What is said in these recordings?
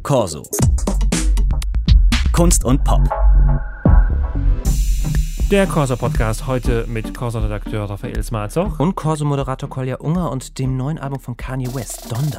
Corso. Kunst und Pop. Der Corso-Podcast heute mit Corso-Redakteur Raphael Smarzoch und Corso-Moderator Kolja Unger und dem neuen Album von Kanye West, Donda.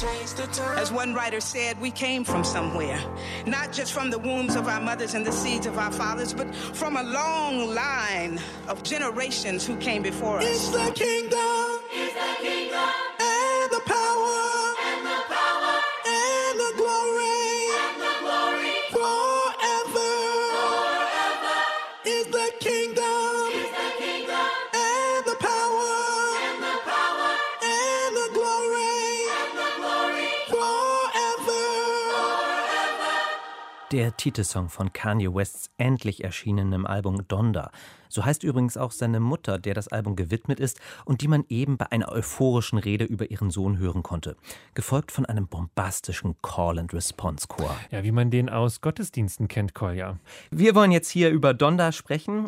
As one writer said, we came from somewhere. Not just from the wombs of our mothers and the seeds of our fathers, but from a long line of generations who came before us. It's the kingdom. It's the kingdom. And the power. And the power. And the glory. And the glory. Forever. Forever. Is the kingdom. Is the kingdom. And the power. And the power. And the glory. And the glory. Forever. Forever. Der Titelsong von Kanye Wests endlich erschienenem Album Donda. So heißt übrigens auch seine Mutter, der das Album gewidmet ist und die man eben bei einer euphorischen Rede über ihren Sohn hören konnte. Gefolgt von einem bombastischen Call-and-Response-Chor. Ja, wie man den aus Gottesdiensten kennt, Kolja. Wir wollen jetzt hier über Donda sprechen.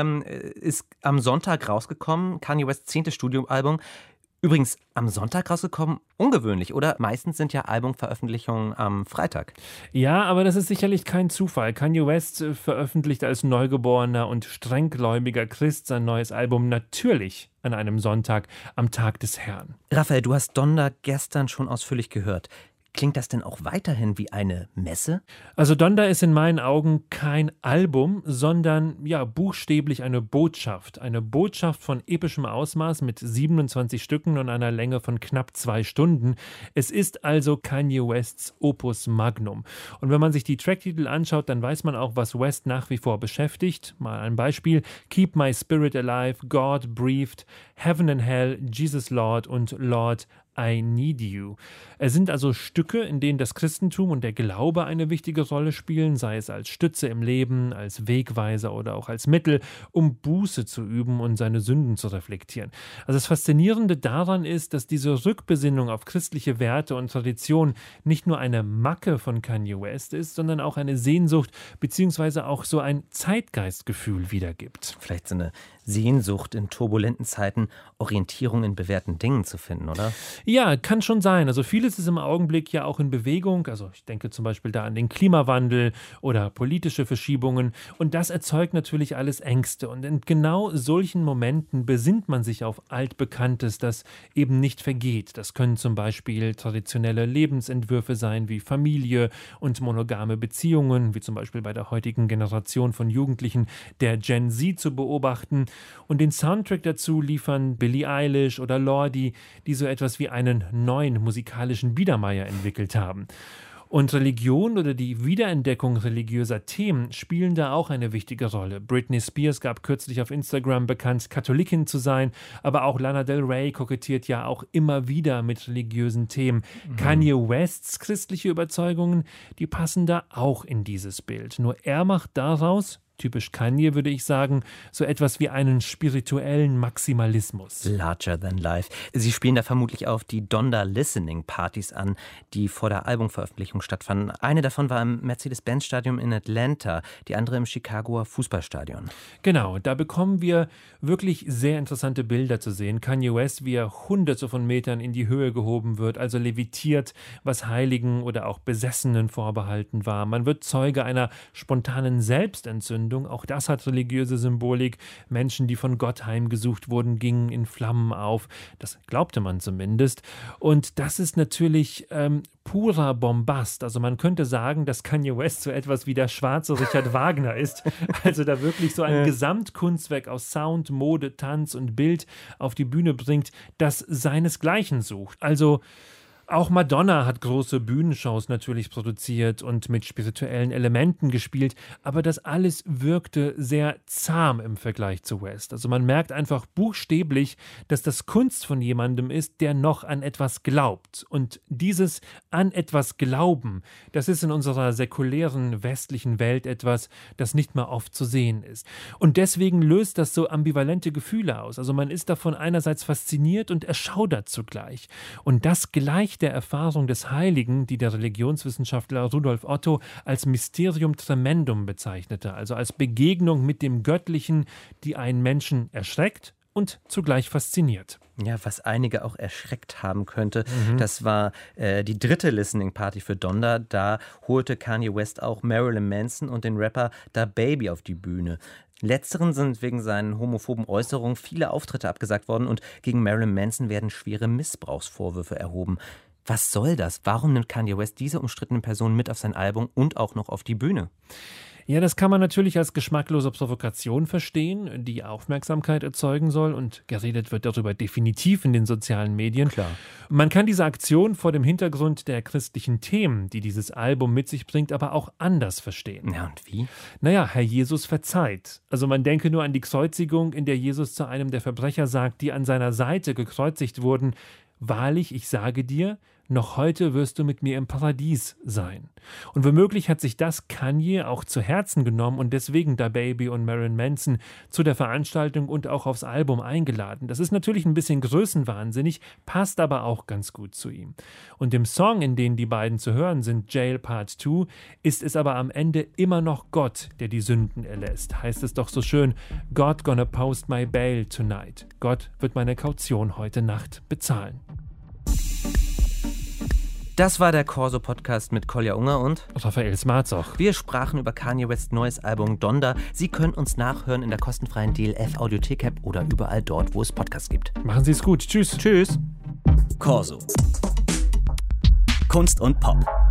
Ist am Sonntag rausgekommen, Kanye Wests 10. Studioalbum. Übrigens am Sonntag rausgekommen, ungewöhnlich, oder? Meistens sind ja Albumveröffentlichungen am Freitag. Ja, aber das ist sicherlich kein Zufall. Kanye West veröffentlicht als neugeborener und strenggläubiger Christ sein neues Album natürlich an einem Sonntag, am Tag des Herrn. Raphael, du hast Donda gestern schon ausführlich gehört. Klingt das denn auch weiterhin wie eine Messe? Also Donda ist in meinen Augen kein Album, sondern ja buchstäblich eine Botschaft. Eine Botschaft von epischem Ausmaß mit 27 Stücken und einer Länge von knapp 2 Stunden. Es ist also Kanye Wests Opus Magnum. Und wenn man sich die Tracktitel anschaut, dann weiß man auch, was West nach wie vor beschäftigt. Mal ein Beispiel: Keep My Spirit Alive, God Breathed, Heaven and Hell, Jesus Lord und Lord I Need You. Es sind also Stücke, in denen das Christentum und der Glaube eine wichtige Rolle spielen, sei es als Stütze im Leben, als Wegweiser oder auch als Mittel, um Buße zu üben und seine Sünden zu reflektieren. Also das Faszinierende daran ist, dass diese Rückbesinnung auf christliche Werte und Tradition nicht nur eine Macke von Kanye West ist, sondern auch eine Sehnsucht bzw. auch so ein Zeitgeistgefühl wiedergibt. Vielleicht so eine Sehnsucht in turbulenten Zeiten, Orientierung in bewährten Dingen zu finden, oder? Ja, kann schon sein. Also vieles ist im Augenblick ja auch in Bewegung. Also ich denke zum Beispiel da an den Klimawandel oder politische Verschiebungen. Und das erzeugt natürlich alles Ängste. Und in genau solchen Momenten besinnt man sich auf Altbekanntes, das eben nicht vergeht. Das können zum Beispiel traditionelle Lebensentwürfe sein, wie Familie und monogame Beziehungen, wie zum Beispiel bei der heutigen Generation von Jugendlichen der Gen Z zu beobachten. Und den Soundtrack dazu liefern Billie Eilish oder Lordi, die so etwas wie einen neuen musikalischen Biedermeier entwickelt haben. Und Religion oder die Wiederentdeckung religiöser Themen spielen da auch eine wichtige Rolle. Britney Spears gab kürzlich auf Instagram bekannt, Katholikin zu sein, aber auch Lana Del Rey kokettiert ja auch immer wieder mit religiösen Themen. Kanye Wests christliche Überzeugungen, die passen da auch in dieses Bild. Nur er macht daraus, typisch Kanye, würde ich sagen, so etwas wie einen spirituellen Maximalismus. Larger than life. Sie spielen da vermutlich auf die Donda-Listening-Partys an, die vor der Albumveröffentlichung stattfanden. Eine davon war im Mercedes-Benz-Stadion in Atlanta, die andere im Chicagoer Fußballstadion. Genau, da bekommen wir wirklich sehr interessante Bilder zu sehen. Kanye West, wie er Hunderte von Metern in die Höhe gehoben wird, also levitiert, was Heiligen oder auch Besessenen vorbehalten war. Man wird Zeuge einer spontanen Selbstentzündung. Auch das hat religiöse Symbolik. Menschen, die von Gott heimgesucht wurden, gingen in Flammen auf. Das glaubte man zumindest. Und das ist natürlich purer Bombast. Also man könnte sagen, dass Kanye West so etwas wie der schwarze Richard Wagner ist. Also da wirklich so ein Gesamtkunstwerk aus Sound, Mode, Tanz und Bild auf die Bühne bringt, das seinesgleichen sucht. Also auch Madonna hat große Bühnenshows natürlich produziert und mit spirituellen Elementen gespielt, aber das alles wirkte sehr zahm im Vergleich zu West. Also man merkt einfach buchstäblich, dass das Kunst von jemandem ist, der noch an etwas glaubt. Und dieses an etwas Glauben, das ist in unserer säkulären westlichen Welt etwas, das nicht mehr oft zu sehen ist. Und deswegen löst das so ambivalente Gefühle aus. Also man ist davon einerseits fasziniert und erschaudert zugleich. Und das gleicht der Erfahrung des Heiligen, die der Religionswissenschaftler Rudolf Otto als Mysterium Tremendum bezeichnete, also als Begegnung mit dem Göttlichen, die einen Menschen erschreckt, und zugleich fasziniert. Ja, was einige auch erschreckt haben könnte, das war die 3. Listening Party für Donda. Da holte Kanye West auch Marilyn Manson und den Rapper DaBaby auf die Bühne. Letzteren sind wegen seinen homophoben Äußerungen viele Auftritte abgesagt worden und gegen Marilyn Manson werden schwere Missbrauchsvorwürfe erhoben. Was soll das? Warum nimmt Kanye West diese umstrittene Person mit auf sein Album und auch noch auf die Bühne? Ja, das kann man natürlich als geschmacklose Provokation verstehen, die Aufmerksamkeit erzeugen soll, und geredet wird darüber definitiv in den sozialen Medien. Klar. Man kann diese Aktion vor dem Hintergrund der christlichen Themen, die dieses Album mit sich bringt, aber auch anders verstehen. Ja, und wie? Naja, Herr Jesus verzeiht. Also man denke nur an die Kreuzigung, in der Jesus zu einem der Verbrecher sagt, die an seiner Seite gekreuzigt wurden: Wahrlich, ich sage dir, noch heute wirst du mit mir im Paradies sein. Und womöglich hat sich das Kanye auch zu Herzen genommen und deswegen DaBaby und Marilyn Manson zu der Veranstaltung und auch aufs Album eingeladen. Das ist natürlich ein bisschen größenwahnsinnig, passt aber auch ganz gut zu ihm. Und im Song, in dem die beiden zu hören sind, Jail Part 2, ist es aber am Ende immer noch Gott, der die Sünden erlässt. Heißt es doch so schön: God gonna post my bail tonight. Gott wird meine Kaution heute Nacht bezahlen. Das war der Corso-Podcast mit Kolja Unger und Raphael Smarzoch. wir sprachen über Kanye Wests neues Album Donda. Sie können uns nachhören in der kostenfreien DLF Audiothek-App oder überall dort, wo es Podcasts gibt. Machen Sie es gut. Tschüss. Tschüss. Corso. Kunst und Pop.